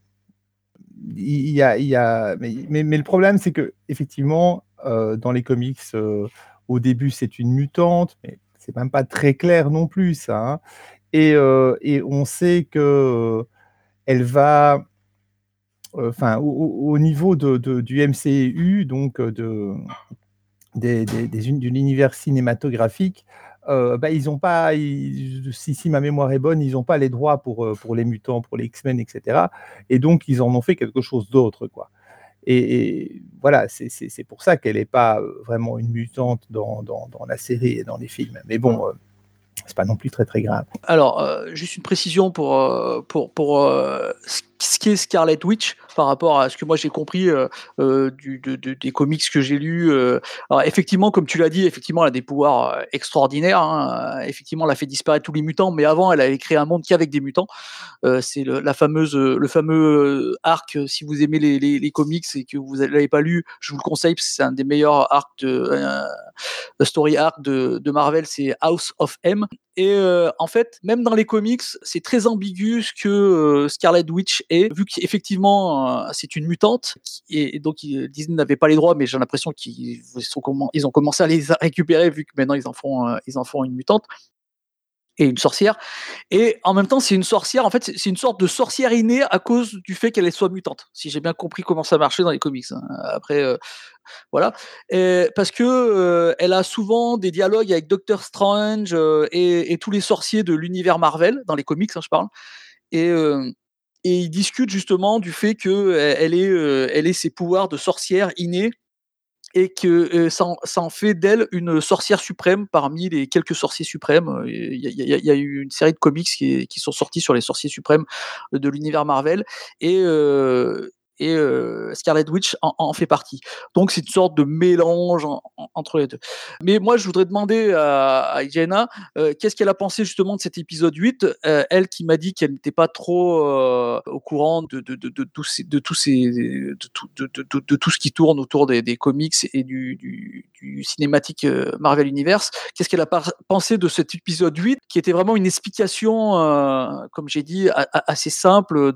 mais le problème, c'est qu'effectivement, dans les comics, au début, c'est une mutante, mais c'est même pas très clair non plus, ça, hein. Et on sait que elle va, enfin, au niveau du MCU, donc de l'univers cinématographique, ils ont pas, si ma mémoire est bonne, ils n'ont pas les droits pour les mutants, pour les X-Men, et cetera, et donc ils en ont fait quelque chose d'autre, quoi. Et voilà, c'est pour ça qu'elle n'est pas vraiment une mutante dans la série et dans les films. Mais bon, c'est pas non plus très très grave. Alors, juste une précision pour ce qui est Scarlet Witch par rapport à ce que moi j'ai compris des comics que j'ai lus. Alors effectivement, comme tu l'as dit, effectivement, elle a des pouvoirs extraordinaires. Hein. Effectivement, elle a fait disparaître tous les mutants, mais avant, elle avait créé un monde qu'avec des mutants. C'est le fameux arc. Si vous aimez les comics et que vous ne l'avez pas lu, je vous le conseille, parce que c'est un des meilleurs arcs story arc de Marvel, c'est House of M. Et en fait, même dans les comics, c'est très ambigu ce que Scarlet Witch est, vu qu'effectivement, c'est une mutante, et donc Disney n'avait pas les droits, mais j'ai l'impression qu'ils ont commencé à les récupérer, vu que maintenant ils en font une mutante et une sorcière. Et en même temps, c'est une sorcière, en fait, c'est une sorte de sorcière innée à cause du fait qu'elle soit mutante, si j'ai bien compris comment ça marchait dans les comics. Hein. Après, voilà. Parce que elle a souvent des dialogues avec Doctor Strange et tous les sorciers de l'univers Marvel, dans les comics, hein, je parle. Et, euh, et ils discutent justement du fait qu'elle elle ait ses pouvoirs de sorcière innés et que ça en fait d'elle une sorcière suprême parmi les quelques sorciers suprêmes. Il y a eu une série de comics qui sont sortis sur les sorciers suprêmes de l'univers Marvel et, Scarlet Witch en fait partie. Donc c'est une sorte de mélange entre les deux. Mais moi, je voudrais demander à Jenna qu'est-ce qu'elle a pensé justement de cet épisode 8, elle qui m'a dit qu'elle n'était pas trop au courant de tout ce qui tourne autour des comics et du cinématique Marvel Universe. Qu'est-ce qu'elle a pensé de cet épisode 8 qui était vraiment une explication, comme j'ai dit, assez simple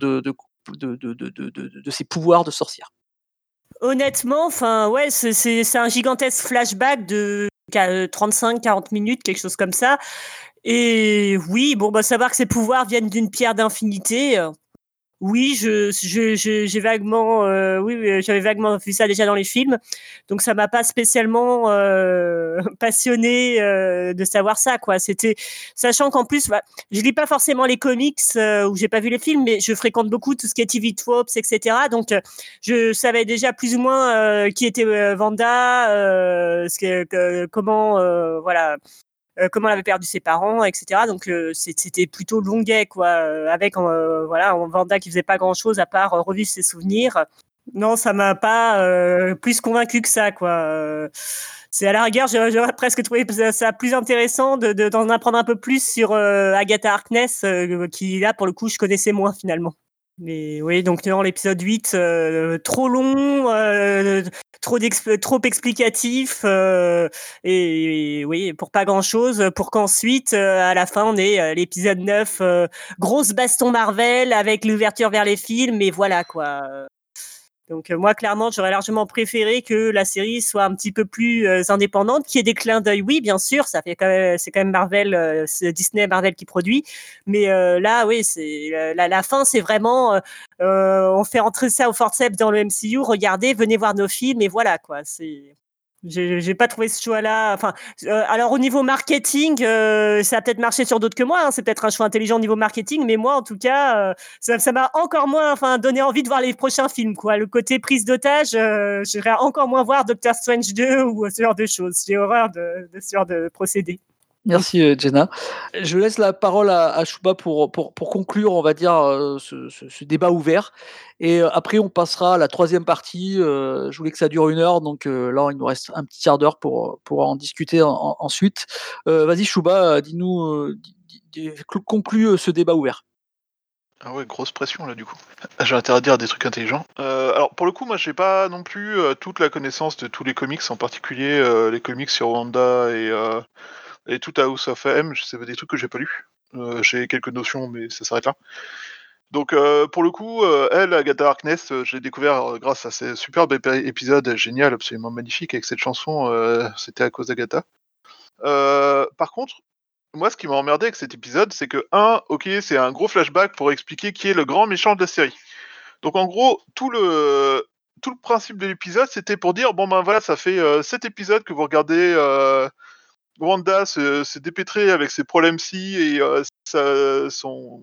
de ses pouvoirs de sorcière. Honnêtement, enfin, ouais, c'est un gigantesque flashback de 35-40 minutes, quelque chose comme ça. Et oui, bon, bah, savoir que ses pouvoirs viennent d'une pierre d'infinité. Oui, j'ai vaguement, oui, j'avais vaguement vu ça déjà dans les films, donc ça m'a pas spécialement passionné de savoir ça, quoi. C'était, sachant qu'en plus, bah, je lis pas forcément les comics ou j'ai pas vu les films, mais je fréquente beaucoup tout ce qui est TV tropes, etc. Donc, je savais déjà plus ou moins qui était Wanda, comment, voilà. Comment elle avait perdu ses parents, etc. Donc c'était plutôt longuet, quoi, avec voilà, Wanda qui faisait pas grand chose à part revivre ses souvenirs. Non, ça m'a pas plus convaincu que ça, quoi. C'est à la rigueur, j'aurais presque trouvé ça plus intéressant d'en apprendre un peu plus sur Agatha Harkness, qui là pour le coup je connaissais moins finalement. Mais oui, donc dans l'épisode 8, trop long, trop explicatif, et oui, pour pas grand-chose, pour qu'ensuite, à la fin, on ait l'épisode 9, grosse baston Marvel avec l'ouverture vers les films, et voilà quoi. Donc moi, clairement, j'aurais largement préféré que la série soit un petit peu plus indépendante, qu'il y ait des clins d'œil. Oui, bien sûr, c'est quand même Marvel, c'est Disney Marvel qui produit. Mais là, oui, c'est la fin, c'est vraiment on fait entrer ça au forceps dans le MCU. Regardez, venez voir nos films et voilà quoi. J'ai pas trouvé ce choix-là. Enfin, alors au niveau marketing, ça a peut-être marché sur d'autres que moi. Hein, c'est peut-être un choix intelligent au niveau marketing, mais moi, en tout cas, ça m'a encore moins, enfin, donné envie de voir les prochains films, quoi. Le côté prise d'otage, j'aimerais encore moins voir Doctor Strange 2 ou ce genre de choses. J'ai horreur de ce genre de procédé. Merci Jenna. Je laisse la parole à Chouba pour conclure, on va dire, ce débat ouvert. Et après, on passera à la troisième partie. Je voulais que ça dure 1 heure, donc là, il nous reste un petit quart d'heure pour en discuter ensuite. Vas-y Chouba, dis-nous, conclue ce débat ouvert. Ah ouais, grosse pression là du coup. J'ai intérêt à dire des trucs intelligents. Alors pour le coup, moi j'ai pas non plus toute la connaissance de tous les comics, en particulier les comics sur Wanda et tout House of M. C'est des trucs que j'ai pas lus. J'ai quelques notions, mais ça s'arrête là. Donc pour le coup, elle, Agatha Harkness, je l'ai découvert grâce à ces superbes épisodes génial, absolument magnifiques avec cette chanson. C'était à cause d'Agatha. Par contre, moi, ce qui m'a emmerdé avec cet épisode, c'est que, ok, c'est un gros flashback pour expliquer qui est le grand méchant de la série. Donc, en gros, tout le principe de l'épisode, c'était pour dire, bon ben voilà, ça fait 7 épisodes que vous regardez Wanda se dépêtrer avec ses problèmes psy et son...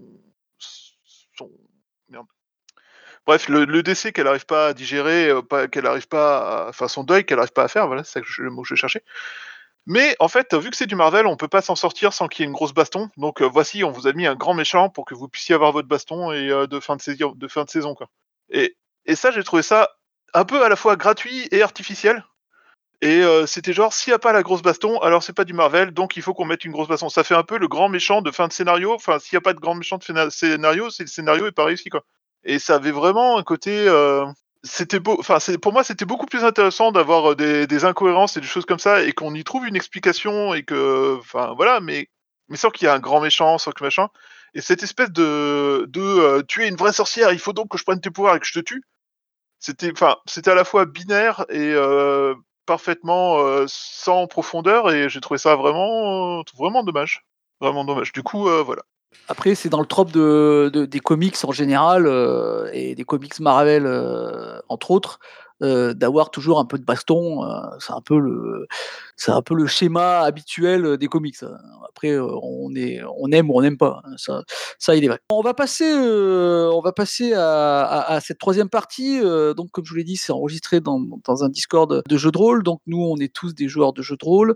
Merde. Bref, le décès qu'elle n'arrive pas à digérer, qu'elle arrive pas à... Enfin, son deuil qu'elle n'arrive pas à faire, voilà, c'est ça le mot que je cherchais. Mais en fait, vu que c'est du Marvel, on peut pas s'en sortir sans qu'il y ait une grosse baston. Donc voici, on vous a mis un grand méchant pour que vous puissiez avoir votre baston et de fin de saison quoi. Et, et ça, j'ai trouvé ça un peu à la fois gratuit et artificiel. Et c'était genre, s'il y a pas la grosse baston, alors c'est pas du Marvel, donc il faut qu'on mette une grosse baston. Ça fait un peu le grand méchant de fin de scénario. Enfin, s'il y a pas de grand méchant de scénario, c'est le scénario est pas réussi quoi. Et ça avait vraiment un côté. C'était beau. Enfin, pour moi, c'était beaucoup plus intéressant d'avoir des incohérences et des choses comme ça, et qu'on y trouve une explication et que, enfin, voilà, mais sans qu'il y ait un grand méchant, sans que machin. Et cette espèce de tu es une vraie sorcière, il faut donc que je prenne tes pouvoirs et que je te tue. C'était à la fois binaire et parfaitement sans profondeur, et j'ai trouvé ça vraiment dommage. Vraiment dommage. Du coup, voilà. Après, c'est dans le trope des comics en général, et des comics Marvel, entre autres, d'avoir toujours un peu de baston. C'est un peu le schéma habituel des comics. Après, on aime ou on n'aime pas, hein, ça, il est vrai. On va passer à cette troisième partie. Donc, comme je vous l'ai dit, c'est enregistré dans un Discord de jeux de rôle. Donc, nous, on est tous des joueurs de jeux de rôle.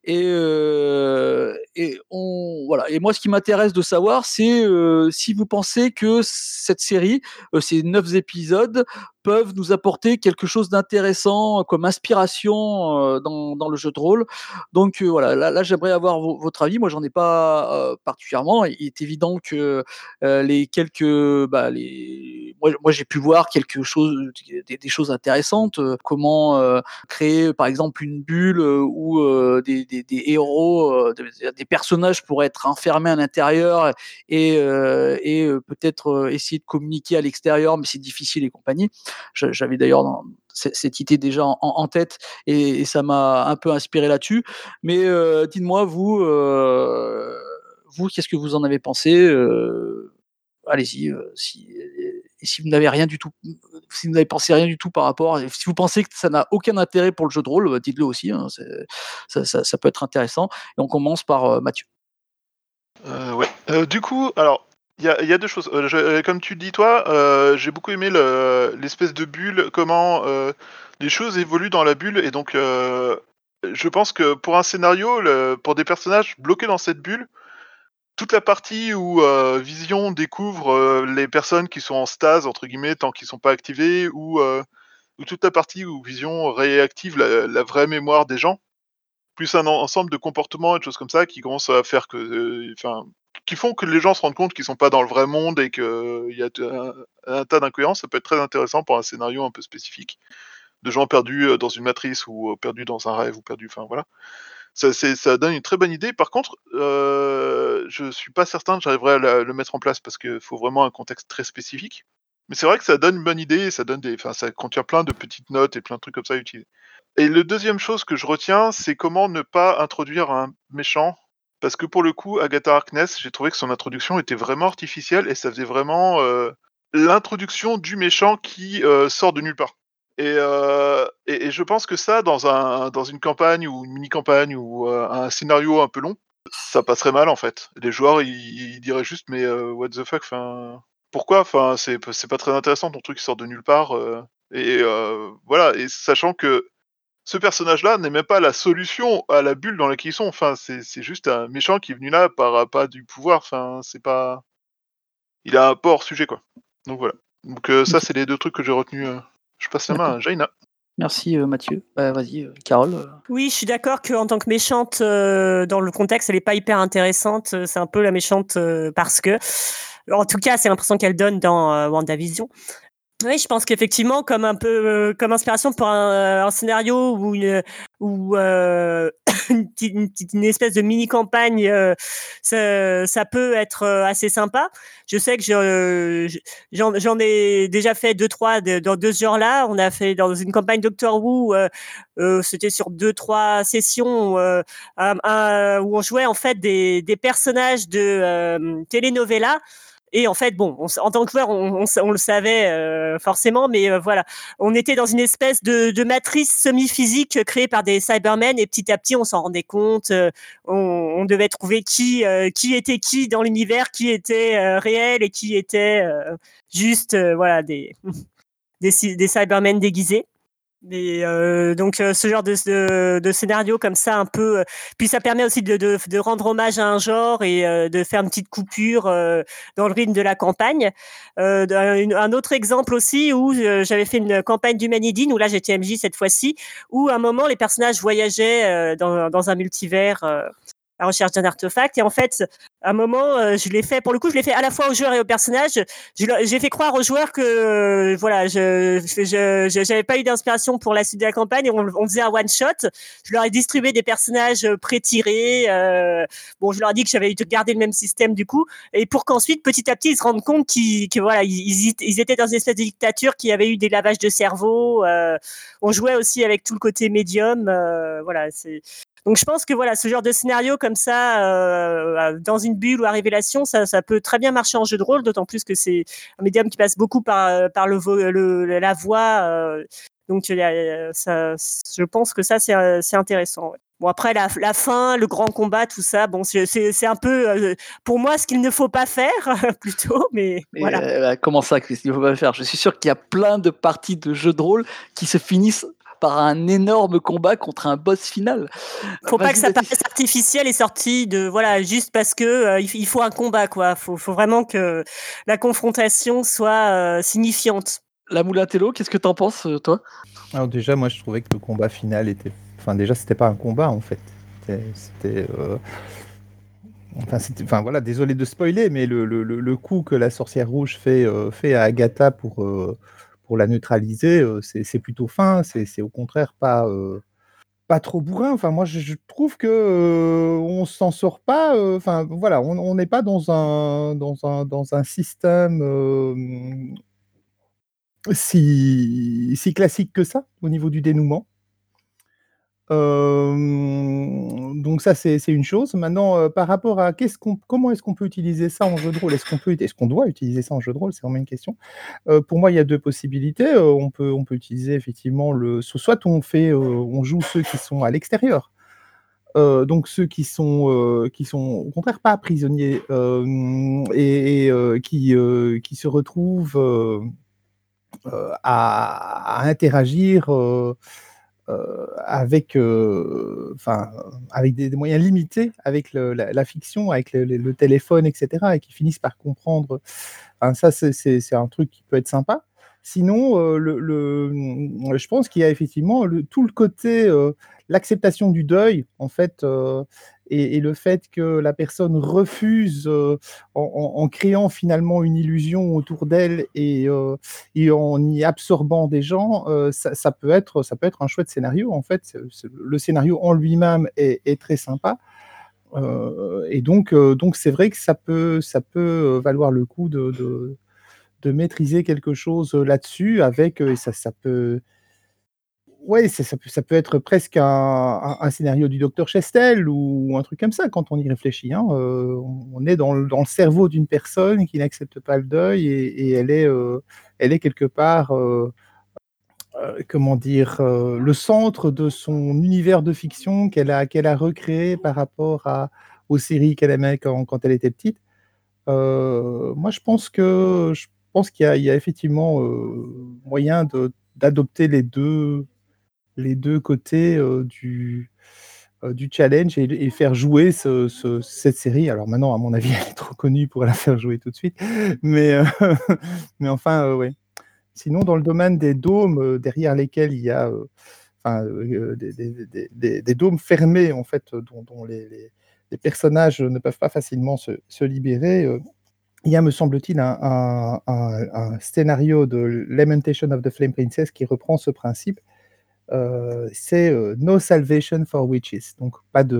Voilà. Et moi, ce qui m'intéresse de savoir, c'est si vous pensez que cette série, ces 9 épisodes, peuvent nous apporter quelque chose d'intéressant comme inspiration dans le jeu de rôle. Donc voilà, là j'aimerais avoir votre avis. Moi, j'en ai pas particulièrement. Il est évident que les quelques, moi j'ai pu voir quelque chose, des choses intéressantes. Comment créer par exemple une bulle où des héros, des personnages pourraient être enfermés à l'intérieur et peut-être essayer de communiquer à l'extérieur, mais c'est difficile et compagnie. J'avais d'ailleurs cette idée déjà en tête, et ça m'a un peu inspiré là-dessus. Mais dites-moi, vous, qu'est-ce que vous en avez pensé? Allez-y, si vous n'avez rien du tout, si vous n'avez pensé rien du tout par rapport, si vous pensez que ça n'a aucun intérêt pour le jeu de rôle, dites-le aussi, hein, ça peut être intéressant. Et on commence par Mathieu. Ouais. Du coup, alors, il y a 2 choses. Comme tu dis toi, j'ai beaucoup aimé l'espèce de bulle, comment les choses évoluent dans la bulle, et donc je pense que pour un scénario, pour des personnages bloqués dans cette bulle, toute la partie où Vision découvre les personnes qui sont en stase entre guillemets tant qu'ils sont pas activés, ou toute la partie où Vision réactive la vraie mémoire des gens, plus un ensemble de comportements et de choses comme ça qui commencent à faire que, qui font que les gens se rendent compte qu'ils sont pas dans le vrai monde et qu'il y a un tas d'incohérences. Ça peut être très intéressant pour un scénario un peu spécifique, de gens perdus dans une matrice, ou perdus dans un rêve, ou perdus, enfin voilà. Ça donne une très bonne idée. Par contre, je suis pas certain que j'arriverai à le mettre en place, parce qu'il faut vraiment un contexte très spécifique. Mais c'est vrai que ça donne une bonne idée, et ça contient plein de petites notes et plein de trucs comme ça à utiliser. Et le deuxième chose que je retiens, c'est comment ne pas introduire un méchant. Parce que pour le coup, Agatha Harkness, j'ai trouvé que son introduction était vraiment artificielle, et ça faisait vraiment l'introduction du méchant qui sort de nulle part. Et je pense que ça, dans une campagne ou une mini-campagne ou un scénario un peu long, ça passerait mal en fait. Les joueurs, ils diraient juste, mais what the fuck, enfin, pourquoi? Enfin, c'est pas très intéressant, ton truc sort de nulle part. Voilà, et sachant que ce personnage-là n'est même pas la solution à la bulle dans laquelle ils sont. Enfin, c'est juste un méchant qui est venu là par pas du pouvoir. Enfin, c'est pas. Il a un pas hors sujet, quoi. Donc voilà. Donc ça, Ok, c'est les 2 trucs que j'ai retenus. Je passe la main d'accord. à Jaina. Merci Mathieu. Vas-y, Carole. Oui, je suis d'accord qu'en tant que méchante, dans le contexte, elle est pas hyper intéressante. C'est un peu la méchante parce que, en tout cas, c'est l'impression qu'elle donne dans WandaVision. Oui, je pense qu'effectivement, comme un peu comme inspiration pour un scénario ou une espèce de mini campagne, ça peut être assez sympa. Je sais que j'en ai déjà fait 2-3 dans de ce genre-là. On a fait dans une campagne Doctor Who, c'était sur 2-3 sessions où on jouait en fait des personnages de telenovela. Et en fait, bon, en tant que joueur, on le savait forcément, mais voilà, on était dans une espèce de matrice semi-physique créée par des Cybermen, et petit à petit, on s'en rendait compte. On devait trouver qui était qui dans l'univers, qui était réel et qui était juste, voilà, des Cybermen déguisés. Donc ce genre de scénario comme ça un peu, puis ça permet aussi de rendre hommage à un genre et de faire une petite coupure dans le rythme de la campagne. Un autre exemple aussi où j'avais fait une campagne d'Humanidine où là j'étais MJ cette fois-ci, où à un moment les personnages voyageaient dans un multivers. À la recherche d'un artefact et en fait à un moment je l'ai fait à la fois aux joueurs et aux personnages. J'ai fait croire aux joueurs que voilà, j'avais pas eu d'inspiration pour la suite de la campagne et on faisait un one shot. Je leur ai distribué des personnages pré-tirés. Bon, je leur ai dit que j'avais gardé le même système du coup, et pour qu'ensuite petit à petit ils se rendent compte que voilà, ils étaient dans une espèce de dictature qui avait eu des lavages de cerveau. On jouait aussi avec tout le côté médium. Voilà, donc je pense que voilà, ce genre de scénario comme ça, dans une bulle ou à révélation, ça peut très bien marcher en jeu de rôle, d'autant plus que c'est un médium qui passe beaucoup par la voix. Donc je pense que ça c'est intéressant. Ouais. Bon après la fin, le grand combat, tout ça, bon c'est un peu pour moi ce qu'il ne faut pas faire plutôt, mais voilà. Comment ça, qu'est-ce qu'il ne faut pas faire ? Je suis sûr qu'il y a plein de parties de jeux de rôle qui se finissent par un énorme combat contre un boss final. Faut pas que ça paraisse artificiel et sorti de voilà juste parce que il faut un combat quoi. Faut vraiment que la confrontation soit signifiante. La Moulin-Tello, qu'est-ce que t'en penses toi ? Alors déjà, moi je trouvais que le combat final était... Enfin déjà, c'était pas un combat en fait. C'était... Enfin voilà, désolé de spoiler, mais le coup que la sorcière rouge fait à Agatha pour la neutraliser, c'est plutôt fin, c'est au contraire pas trop bourrin. Enfin, moi, je trouve que on s'en sort pas. Enfin, voilà, on n'est pas dans un système si classique que ça au niveau du dénouement. Donc ça, c'est une chose. Maintenant, par rapport à comment est-ce qu'on peut utiliser ça en jeu de rôle? Est-ce qu'on doit utiliser ça en jeu de rôle? C'est vraiment une question. Pour moi, il y a 2 possibilités. On peut utiliser effectivement soit on joue ceux qui sont à l'extérieur. Donc ceux qui sont au contraire pas prisonniers, qui se retrouvent, à interagir, avec, avec des moyens limités avec la fiction, avec le téléphone et cetera et qui finissent par comprendre. Enfin ça, c'est un truc qui peut être sympa. Sinon, je pense qu'il y a effectivement tout le côté, l'acceptation du deuil en fait, et le fait que la personne refuse, en créant finalement une illusion autour d'elle et en y absorbant des gens, ça peut être un chouette scénario en fait. Le scénario en lui-même est très sympa, et donc c'est vrai que ça peut valoir le coup de maîtriser quelque chose là-dessus avec, et ça peut... Ouais, ça peut être presque un scénario du docteur Chastel ou un truc comme ça quand on y réfléchit, hein. On est dans le cerveau d'une personne qui n'accepte pas le deuil et elle est quelque part, comment dire? Le centre de son univers de fiction qu'elle a recréé par rapport aux séries qu'elle aimait quand elle était petite. Moi je pense qu'il y a effectivement, moyen d'adopter les deux côtés, du challenge et faire jouer cette série. Alors maintenant, à mon avis, elle est trop connue pour la faire jouer tout de suite, mais mais enfin, ouais. Sinon, dans le domaine des dômes, derrière lesquels il y a, des dômes fermés, en fait, dont les personnages ne peuvent pas facilement se libérer, il y a, me semble-t-il, un scénario de Lamentation of the Flame Princess qui reprend ce principe. C'est No Salvation for Witches, donc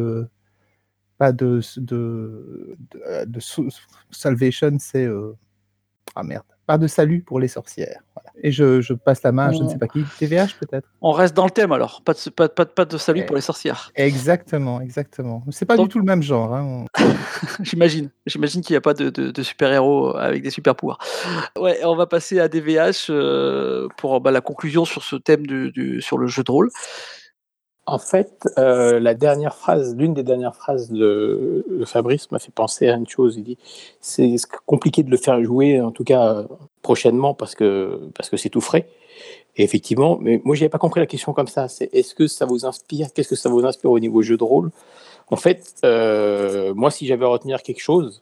pas de salvation, c'est merde, pas de salut pour les sorcières. Voilà. Et je passe la main à je ne sais pas qui, TVH peut-être. On reste dans le thème alors, pas de salut pour les sorcières. Exactement. C'est pas Donc, du tout le même genre. Hein. J'imagine qu'il n'y a pas de super-héros avec des super-pouvoirs. Ouais, on va passer à DVH pour la conclusion sur ce thème sur le jeu de rôle. En fait, l'une des dernières phrases de Fabrice m'a fait penser à une chose. Il dit c'est compliqué de le faire jouer, en tout cas prochainement, parce que c'est tout frais. Et effectivement, mais moi, j'avais pas compris la question comme ça. C'est est-ce que ça vous inspire? Qu'est-ce que ça vous inspire au niveau jeu de rôle? En fait, moi, si j'avais à retenir quelque chose,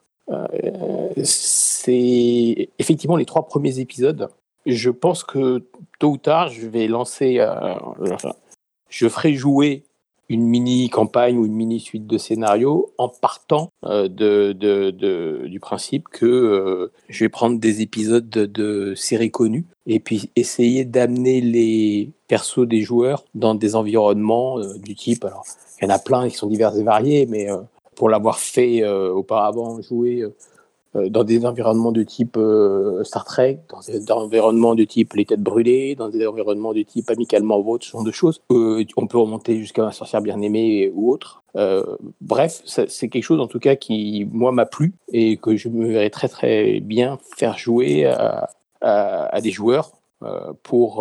c'est effectivement les 3 premiers épisodes. Je pense que tôt ou tard, je vais lancer, je ferai jouer une mini-campagne ou une mini-suite de scénarios en partant du principe que je vais prendre des épisodes de séries connues et puis essayer d'amener les persos des joueurs dans des environnements du type, alors il y en a plein qui sont divers et variés, mais pour l'avoir fait auparavant, jouer dans des environnements de type Star Trek, dans des environnements de type Les Têtes Brûlées, dans des environnements de type Amicalement Vôtre, ce genre de choses. On peut remonter jusqu'à Un Sorcière Bien Aimée ou autre. Bref, c'est quelque chose en tout cas qui, moi, m'a plu et que je me verrais très très bien faire jouer à des joueurs pour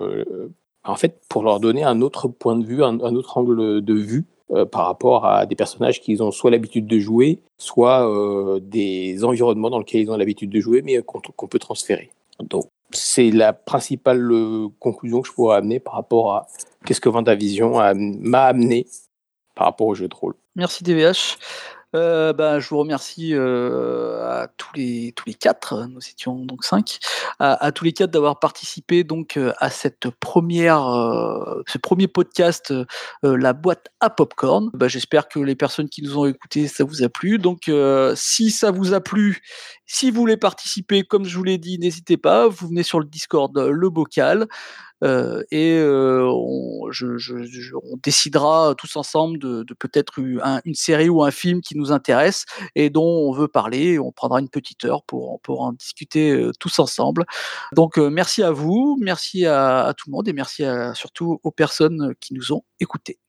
leur donner un autre point de vue, un autre angle de vue par rapport à des personnages qu'ils ont soit l'habitude de jouer, soit des environnements dans lesquels ils ont l'habitude de jouer, mais qu'on peut transférer. Donc, c'est la principale conclusion que je pourrais amener par rapport à qu'est-ce que WandaVision m'a amené par rapport au jeu de rôle. Merci DVH. Je vous remercie à tous les 4, nous étions donc 5, à tous les 4 d'avoir participé donc à ce premier podcast, La boîte à popcorn. J'espère que les personnes qui nous ont écoutés, ça vous a plu. Donc si ça vous a plu, si vous voulez participer, comme je vous l'ai dit, n'hésitez pas, vous venez sur le Discord, le bocal. On décidera tous ensemble de peut-être une série ou un film qui nous intéresse et dont on veut parler. On prendra une petite heure pour en discuter tous ensemble. Donc merci à vous, merci à tout le monde et merci surtout aux personnes qui nous ont écoutés.